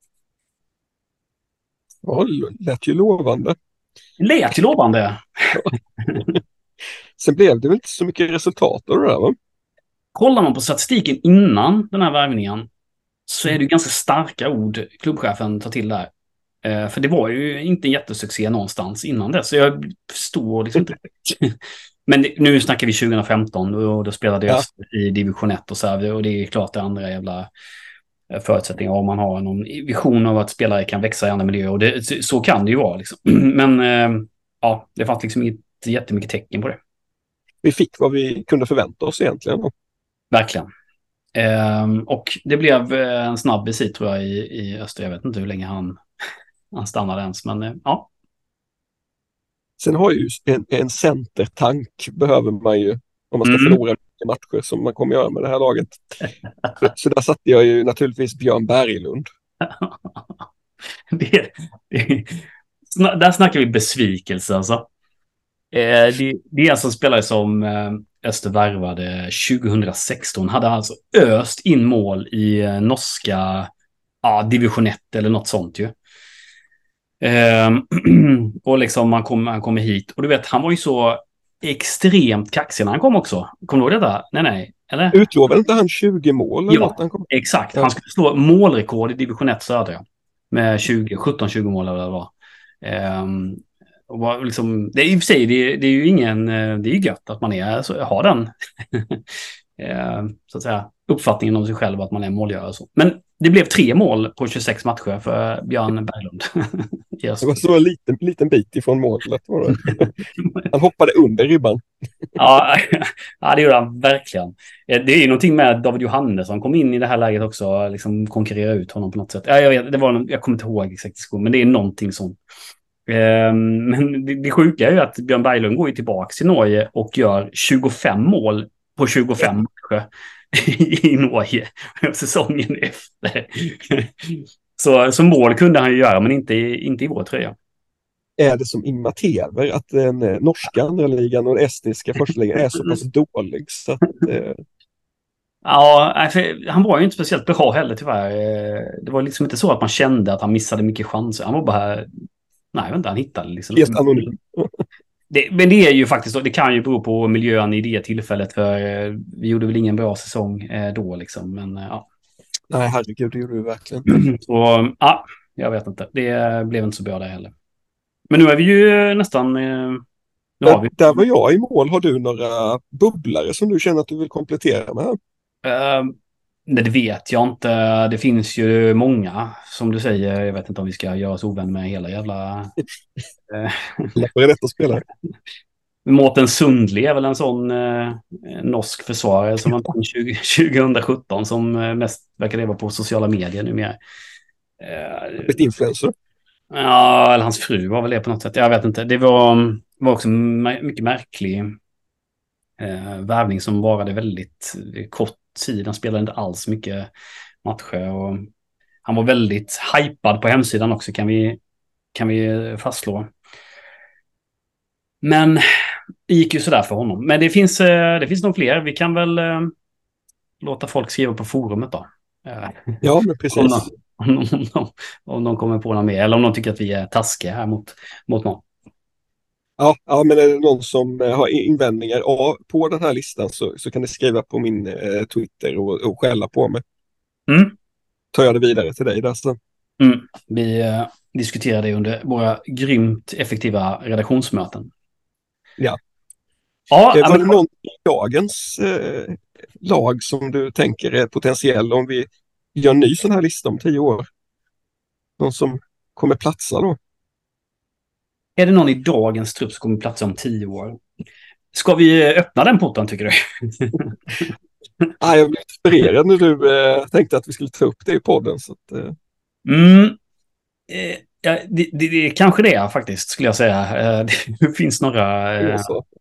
Ja, lät ju lovande. Lät ju lovande. Sen blev det väl inte så mycket resultat av det där, va? Kollar man på statistiken innan den här värvningen så är det ju ganska starka ord klubbchefen tar till där. Eh, för det var ju inte en jättesuccé någonstans innan det. Så jag förstår liksom inte. Men det, nu snackar vi tjugo femton och då spelade jag ja. i division ett och så här. Och det är klart det andra jävla förutsättningar om man har någon vision av att spelare kan växa i andra miljöer. Och det, så kan det ju vara liksom. Men eh, ja, det fanns liksom inte jättemycket tecken på det. Vi fick vad vi kunde förvänta oss egentligen. Då. Verkligen. Eh, och det blev en snabb visit tror jag i, i Öster. Jag vet inte hur länge han, han stannade ens, men eh, ja. Sen har ju en, en centertank behöver man ju om man ska mm. förlora matcher som man kommer göra med det här laget. Så, så där satte jag ju naturligtvis Björn Berglund. det, det, sna- där snackar vi besvikelse alltså. Eh, det, det är en som spelare som eh, Öster värvade tjugohundrasexton. Hade alltså öst in mål i eh, norska ja, division ett eller något sånt ju. Eh, och liksom han kom, han kom hit. Och du vet, han var ju så extremt kaxig när han kom också. Kommer du ihåg detta? Nej, nej. Eller? Utlovade inte han tjugo mål eller något? Ja, Han kom... exakt. Ja. Han skulle slå målrekord i division ett södra. Med tjugo, sjutton tjugo mål eller vad det var. Ehm, och var liksom, det är i och för sig, det är, det är ju ingen, eh, det är ju gött att man är, så, har den ehm, så att säga, uppfattningen om sig själv att man är målgörare och så. Men det blev tre mål på tjugosex matcher för Björn Berglund. Yes. Det var så en liten, liten bit ifrån målet. Var det? Han hoppade under ribban. Ja, ja, det gjorde han verkligen. Det är ju någonting med David Johannes som kom in i det här läget också och liksom konkurrera ut honom på något sätt. Ja, jag, vet, det var någon, jag kommer inte ihåg exakt, men det är någonting sånt. Um, men det, det sjuka är ju att Björn Berglund går ju tillbaka till Norge och gör tjugofem mål på tjugofem matcher i Norge säsongen efter. så, så mål kunde han ju göra, men inte, inte i vår tröja. Är det som Ingmar Tever att den eh, norska andra ligan och den estniska första ligan är så pass dålig så att... Eh... Ja, för han var ju inte speciellt bra heller tyvärr. Det var liksom inte så att man kände att han missade mycket chanser. Han var bara... Nej, vänta, han hittade liksom... Helt anonym. Det, men det är ju faktiskt... Det kan ju bero på miljön i det tillfället. För vi gjorde väl ingen bra säsong då liksom. Men ja. Nej, herregud, det gjorde vi verkligen. Och ja, jag vet inte. Det blev inte så bra där heller. Men nu är vi ju nästan... Nu har vi... Där var jag i mål. Har du några bubblare som du känner att du vill komplettera med? Uh, nej, det vet jag inte. Det finns ju många, som du säger. Jag vet inte om vi ska göra oss ovän med hela jävla... Vad är detta spelare? Mårten Sundli är väl en sån eh, norsk försvarare som var tjugo tjugosjutton som eh, mest verkar leva på sociala medier numera. Eh, Ett influencer? Ja, eller hans fru var väl det på något sätt. Jag vet inte. Det var, var också mycket märklig eh, värvning som varade väldigt kort tid. Han spelade inte alls mycket matcher och han var väldigt hypad på hemsidan också, kan vi, kan vi fastslå. Men det gick ju sådär för honom. Men det finns, det finns nog fler. Vi kan väl eh, låta folk skriva på forumet då. Ja, men precis. Om, om, om, om, om de kommer på något mer. Eller om de tycker att vi är taskiga här mot, mot någon. Ja, ja, men är det någon som har invändningar ja, på den här listan så, så kan ni skriva på min eh, Twitter och, och skälla på mig. Mm. Tar jag det vidare till dig där sen. Mm. Vi eh, diskuterar det under våra grymt effektiva redaktionsmöten. Ja. Ja, eh, var men... det någon i dagens eh, lag som du tänker är potentiell om vi gör en ny sån här lista om tio år? Någon som kommer platsa då? Är det någon i dagens trupp som kommer platsa om tio år? Ska vi öppna den porten, tycker du? ah, jag blev inspirerad när du eh, tänkte att vi skulle ta upp det i podden. Så att, eh. Mm. Eh, ja, det, det, det kanske det är faktiskt, skulle jag säga. Eh, det finns några... Eh...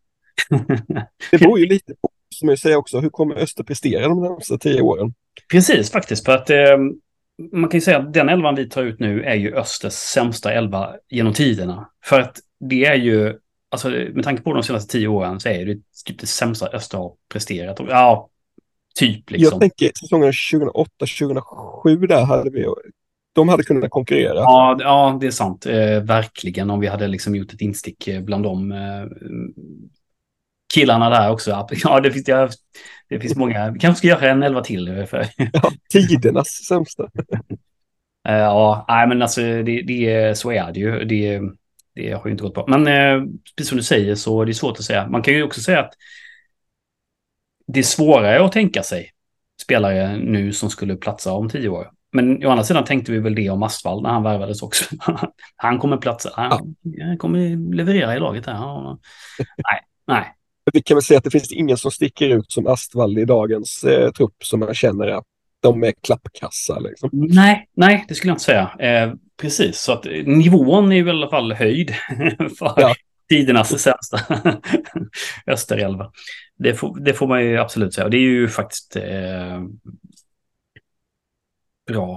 det beror ju lite på, som jag säger också, hur kommer Öster prestera de närmaste tio åren? Precis, faktiskt. För att eh, man kan ju säga att den elvan vi tar ut nu är ju Östers sämsta elva genom tiderna. För att det är ju, alltså med tanke på de senaste tio åren så är det typ det sämsta Öster har presterat. Ja, typ liksom. Jag tänker säsongen tjugohundraåtta tjugohundrasju där hade vi, de hade kunnat konkurrera. Ja, ja det är sant. Eh, verkligen, om vi hade liksom gjort ett instick bland de eh, killarna där också. Ja, det finns, det, det finns många. Vi kanske ska göra en elva till. För... ja, tidernas sämsta. Ja, nej, men alltså det, det, så är det ju. Det, det har ju inte gått bra. Men eh, precis som du säger så är det svårt att säga. Man kan ju också säga att det är svårare att tänka sig spelare nu som skulle platsa om tio år. Men å andra sidan tänkte vi väl det om Astvall när han värvades också. Han kommer platsa. Han ja. kommer leverera i laget här. Ja. Nej, nej. Vi kan väl säga att det finns ingen som sticker ut som Astvall i dagens eh, trupp som man känner att de är klappkassa. Liksom. Nej, nej, det skulle jag inte säga. Eh, precis, så att nivån är ju i alla fall höjd för ja. tidernas sämsta Österelva. Det får, det får man ju absolut säga. Och det är ju faktiskt eh, bra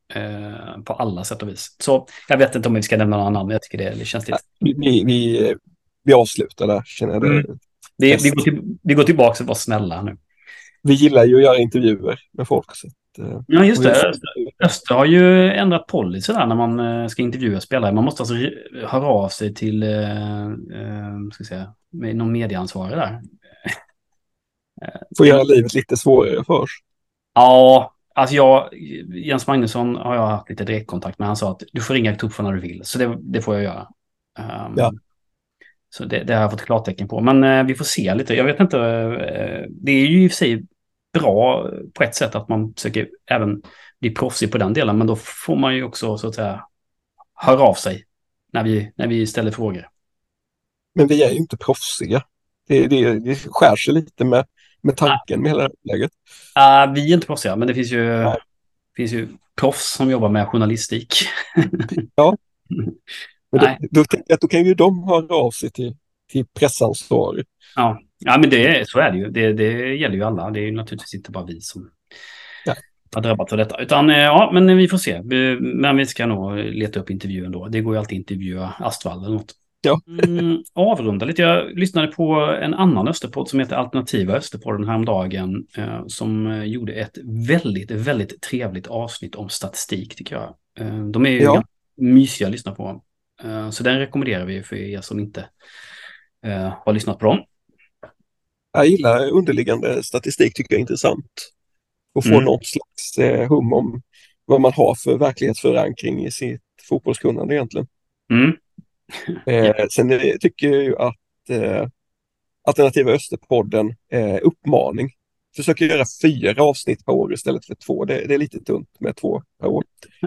eh, på alla sätt och vis. Så jag vet inte om vi ska nämna någon annan, men jag tycker det, det känns lite... Vi, vi, vi, vi avslutar där, känner jag det. Mm. Vi, vi, Bäst. går till, vi går tillbaka och vara snälla nu. Vi gillar ju att göra intervjuer med folk. Så att, eh, Ja, just och just- det. Öster har ju ändrat policy där när man eh, ska intervjua spelare. Man måste alltså ri- höra av sig till eh, eh, ska jag säga, med någon medieansvarig där. Får göra livet lite svårare för oss. Ja, alltså jag, Jens Magnusson har jag haft lite direktkontakt med. Han sa att du får ringa Tuffa när du vill. Så det, det får jag göra. Um, Ja. Så det, det har jag fått klartecken på. Men eh, vi får se lite. Jag vet inte. Eh, det är ju i och för sig bra på ett sätt att man försöker även bli proffsig på den delen. Men då får man ju också så att säga höra av sig när vi, när vi ställer frågor. Men vi är ju inte proffsiga. Det, det, det skär sig lite med, med tanken med hela läget. Uh, vi är inte proffsiga, men det finns ju, Nej. finns ju proffs som jobbar med journalistik. Ja. Men då, Nej. då tänker jag att då kan ju de höra av sig till, till pressansvarig. Ja. Ja, men det, så är det ju. Det, det gäller ju alla. Det är ju naturligtvis inte bara vi som Ja. har drabbats av detta. Utan eh, ja, men vi får se. Vi- Men vi ska nog leta upp intervjun då. Det går ju alltid att intervjua Astvall eller något. Ja. Mm, avrunda lite. Jag lyssnade på en annan Österpodd som heter Alternativa Österpodden häromdagen. Eh, som eh, gjorde ett väldigt, väldigt trevligt avsnitt om statistik tycker jag. Eh, de är ju Ja. ganska mysiga att lyssna på. Eh, så den rekommenderar vi för er som inte eh, har lyssnat på dem. Jag gillar underliggande statistik, tycker jag är intressant. Och få Mm. något slags eh, hum om vad man har för verklighetsförankring i sitt fotbollskunnande egentligen. Mm. Eh, sen eh, tycker jag ju att eh, Alternativa Österpodden eh, uppmaning. Försöker göra fyra avsnitt per år istället för två. Det, det är lite tunt med två per år.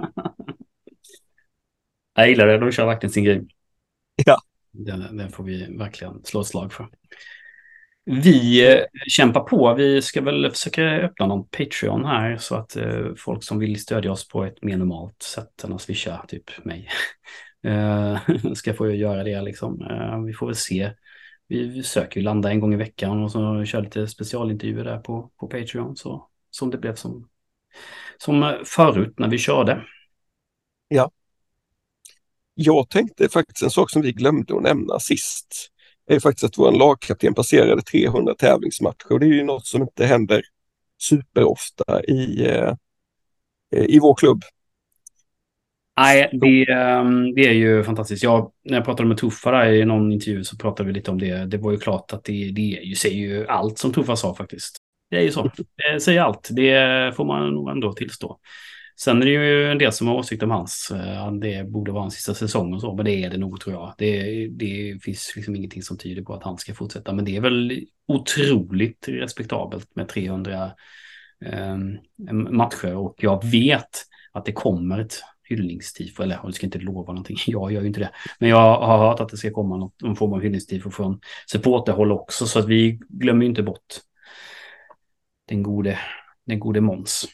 Jag gillar det, de kör verkligen sin grej. Ja. Den, den får vi verkligen slå ett slag för. Vi eh, kämpar på. Vi ska väl försöka öppna någon Patreon här så att eh, folk som vill stödja oss på ett mer normalt sätt än att swisha typ mig eh, ska få göra det liksom. Eh, vi får väl se. Vi, vi söker ju landa en gång i veckan och så kör lite specialintervjuer där på, på Patreon så som det blev som, som förut när vi körde. Ja. Jag tänkte faktiskt en sak som vi glömde att nämna sist. Är faktiskt att vår lagkapten passerade trehundra tävlingsmatcher. Och det är ju något som inte händer superofta i, eh, i vår klubb. Nej, det, ehm, det är ju fantastiskt. Jag, när jag pratade med Tuffa där i någon intervju så pratade vi lite om det. Det var ju klart att det, det är ju, säger ju allt som Tuffa sa faktiskt. Det är ju så. Det säger allt. Det får man nog ändå tillstå. Sen är det ju en del som har åsikt om hans. eh, Det borde vara en sista säsong och så, men det är det nog tror jag. Det, det finns liksom ingenting som tyder på att han ska fortsätta. Men det är väl otroligt respektabelt med trehundra eh, matcher och jag vet att det kommer ett hyllningstifo, eller jag ska inte lova någonting, jag gör ju inte det. Men jag har hört att det ska komma något, någon form av hyllningstifo från supporterhåll också, så att vi glömmer ju inte bort den gode, den gode Måns.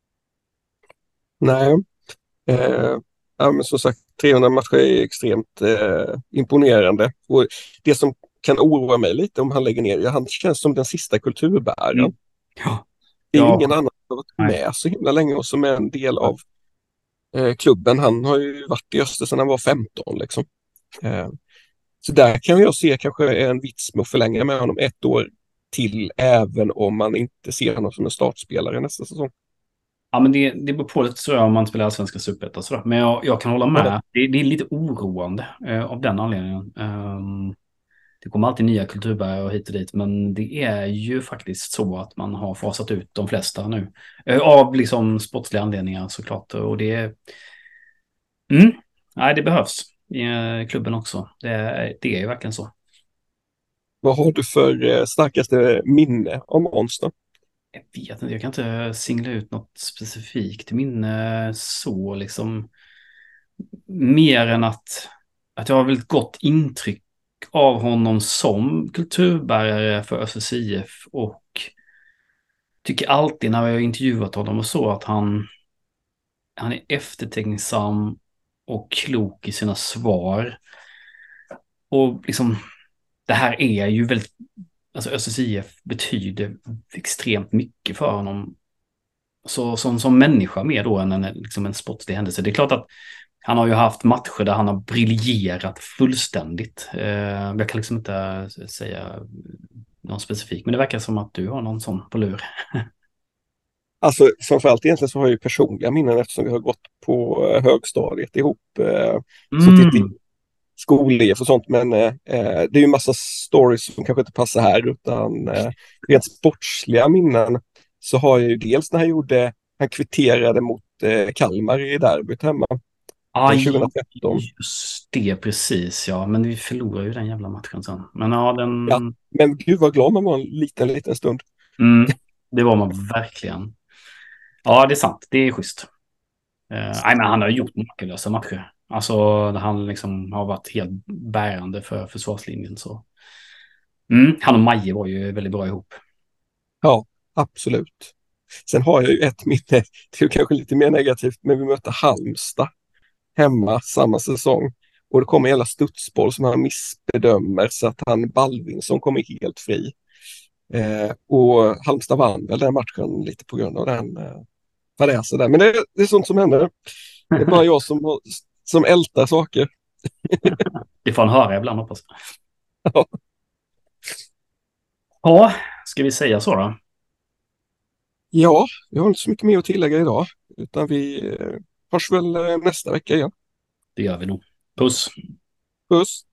Nej. Eh, ja, men som sagt, trehundra matcher är extremt eh, imponerande. Och det som kan oroa mig lite om han lägger ner, ja, han känns som den sista kulturbäraren. Mm. Ja. Det är Ja. ingen annan som har varit Nej. med så himla länge och som är en del av eh, klubben. Han har ju varit i Öster sedan han var femton liksom. Eh, så där kan jag se kanske en vits med att förlänga med honom ett år till, även om man inte ser honom som en startspelare nästa säsong. Ja, men det, det beror på lite tror jag om man spelar allsvenska superettan sådär. Men jag, jag kan hålla med. Ja. Det, det är lite oroande eh, av den anledningen. Um, det kommer alltid nya kulturbärare och hit och dit. Men det är ju faktiskt så att man har fasat ut de flesta nu. Eh, av liksom sportsliga anledningar såklart. Och det är... Mm, nej, det behövs i eh, klubben också. Det, är- det är ju verkligen så. Vad har du för eh, starkaste minne om Måns då? Jag vet inte, jag kan inte singla ut något specifikt minne så liksom mer än att, att jag har väldigt gott intryck av honom som kulturbärare för Östers I F och tycker alltid när jag har intervjuat honom och så att han, han är eftertänksam och klok i sina svar. Och liksom det här är ju väldigt, alltså Östers I F betyder extremt mycket för honom. så, som, som människa mer då än en, liksom en sportslig händelse. Det är klart att han har ju haft matcher där han har briljerat fullständigt. Eh, jag kan liksom inte säga någon specifik, men det verkar som att du har någon sån på lur. Alltså framförallt egentligen så har jag ju personliga minnen eftersom vi har gått på eh, högstadiet ihop. Eh, suttit i Mm. skol-E F och sånt, men eh, eh, det är ju en massa stories som kanske inte passar här, utan eh, rent sportsliga minnen så har jag ju dels när han gjorde, han kvitterade mot eh, Kalmar i derbyt hemma eh, Aj, tjugohundratretton. just det, precis ja. Men vi förlorar ju den jävla matchen sen. Men ja, den... Ja, men gud vad glad man var en liten, liten stund. Mm, det var man verkligen. Ja, det är sant. Det är schysst. Eh, nej, men han har gjort makalösa matcher. Alltså, där han liksom har varit helt bärande för försvarslinjen. Så. Mm, han och Maje var ju väldigt bra ihop. Ja, absolut. Sen har jag ju ett minne, det är kanske lite mer negativt, men vi mötte Halmstad hemma samma säsong. Och det kommer en jävla studsboll som han missbedömer så att han Ballvinsson kommer helt fri. Eh, och Halmstad vann väl den matchen lite på grund av den eh, fadäsen där. Men det, det är sånt som händer. Det är bara jag som, har- som ältar saker. Det får han höra ibland, hoppas jag. Ja, ska vi säga så då? Ja, vi har inte så mycket mer att tillägga idag. Utan vi eh, hörs väl eh, nästa vecka igen. Det gör vi nog. Puss. Puss!